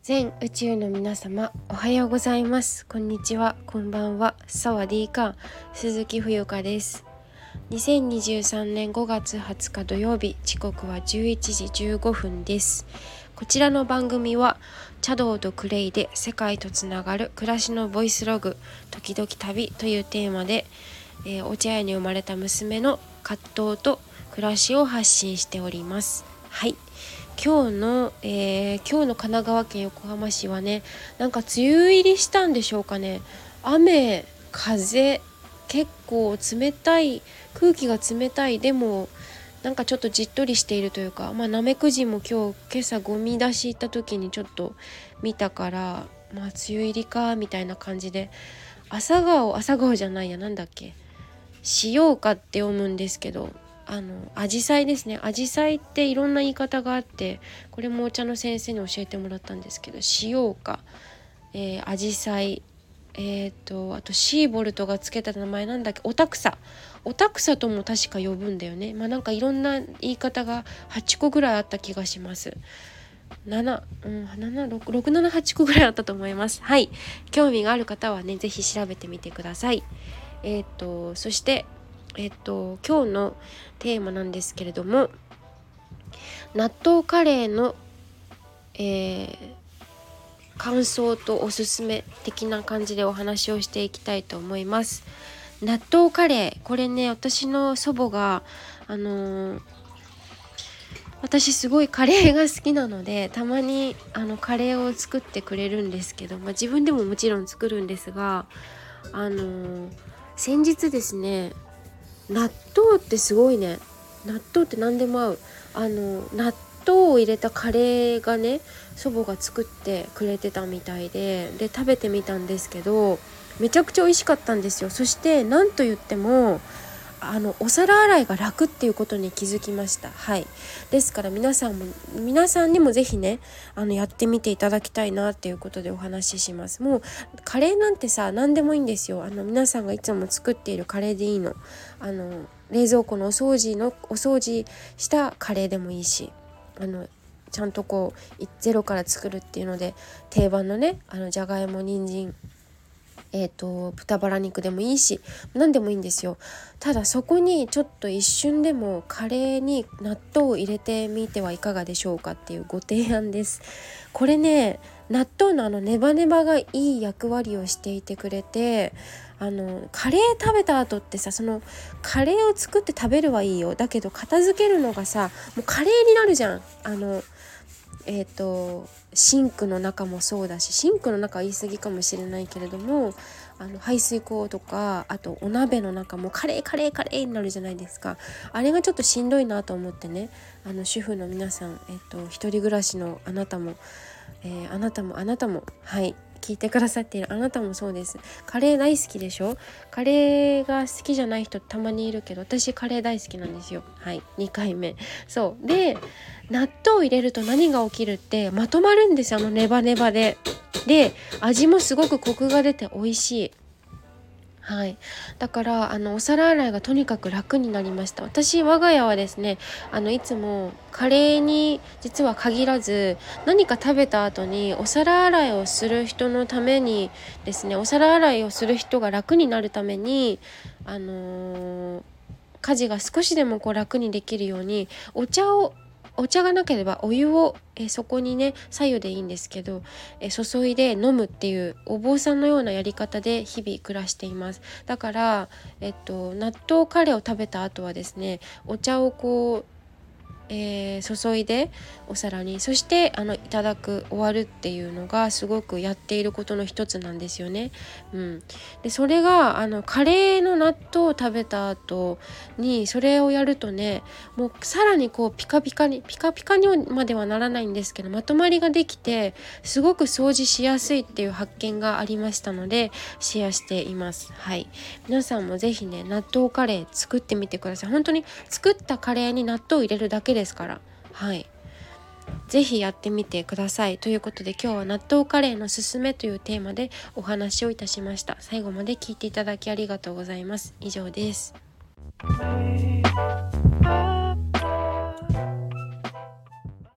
全宇宙の皆様、おはようございます。こんにちは、こんばんは。サワディーカー、鈴木冬香です。2023年5月20日土曜日、時刻は11時15分です。こちらの番組は茶道とクレイで世界とつながる暮らしのボイスログ、時々旅というテーマで、お茶屋に生まれた娘の葛藤と暮らしを発信しております。はい、今日の神奈川県横浜市はね、なんか梅雨入りしたんでしょうかね。雨、風、結構冷たい、空気が冷たい。でもなんかちょっとじっとりしているというか、ナメクジも今朝ゴミ出し行った時にちょっと見たから、梅雨入りかみたいな感じで、朝顔じゃないや、なんだっけ、潮かって読むんですけど、アジサイですね。アジサイっていろんな言い方があって、これもお茶の先生に教えてもらったんですけど、潮か、アジサイ、あとシーボルトがつけた名前なんだっけ、オタクサとも確か呼ぶんだよね。なんかいろんな言い方が8個ぐらいあった気がします。678個ぐらいあったと思います。はい、興味がある方はね、ぜひ調べてみてください。そして今日のテーマなんですけれども、納豆カレーの、感想とおすすめ的な感じでお話をしていきたいと思います。納豆カレー、これね、私の祖母が私すごいカレーが好きなので、たまにカレーを作ってくれるんですけど、自分でももちろん作るんですが、先日ですね、納豆ってすごいね。納豆って何でも合う。納豆を入れたカレーがね、祖母が作ってくれてたみたいで食べてみたんですけど、めちゃくちゃ美味しかったんですよ。そして何と言ってもお皿洗いが楽っていうことに気づきました。はい、ですから皆さんにもぜひね、やってみていただきたいなっていうことでお話しします。もうカレーなんてさ、何でもいいんですよ。皆さんがいつも作っているカレーでいいの。冷蔵庫のお掃除したカレーでもいいし、ちゃんとこうゼロから作るっていうので定番のね、じゃがいも、人参、豚バラ肉でもいいし、何でもいいんですよ。ただそこにちょっと一瞬でもカレーに納豆を入れてみてはいかがでしょうかっていうご提案です。これね、納豆のネバネバがいい役割をしていてくれて、カレー食べた後ってさ、そのカレーを作って食べるはいいよ。だけど片付けるのがさ、もうカレーになるじゃん。シンクの中もそうだし、シンクの中は言い過ぎかもしれないけれども、排水口とか、あとお鍋の中もカレーになるじゃないですか。あれがちょっとしんどいなと思ってね、主婦の皆さん、一人暮らしのあなたも、あなたもはい、聞いてくださっているあなたもそうです。カレー大好きでしょ。カレーが好きじゃない人たまにいるけど、私カレー大好きなんですよ。はい、2回目。そうで、納豆を入れると何が起きるって、まとまるんですよ、ネバネバで。味もすごくコクが出て美味しい。はい、だからお皿洗いがとにかく楽になりました。我が家はですね、いつもカレーに実は限らず、何か食べた後にお皿洗いをする人のためにですね、お皿洗いをする人が楽になるために、家事が少しでも楽にできるように、お茶がなければお湯を、そこにね、左右でいいんですけど、注いで飲むっていうお坊さんのようなやり方で日々暮らしています。だから、納豆カレーを食べた後はですね、お茶を注いでお皿に、そしていただく、終わるっていうのがすごくやっていることの一つなんですよね。でそれがカレーの納豆を食べた後にそれをやるとね、もうさらにピカピカにまではならないんですけど、まとまりができてすごく掃除しやすいっていう発見がありましたのでシェアしています。はい、皆さんもぜひね、納豆カレー作ってみてください。本当に作ったカレーに納豆を入れるだけですから。はい、ぜひやってみてください。ということで、今日は納豆カレーのすすめというテーマでお話をいたしました。最後まで聞いていただきありがとうございます。以上です。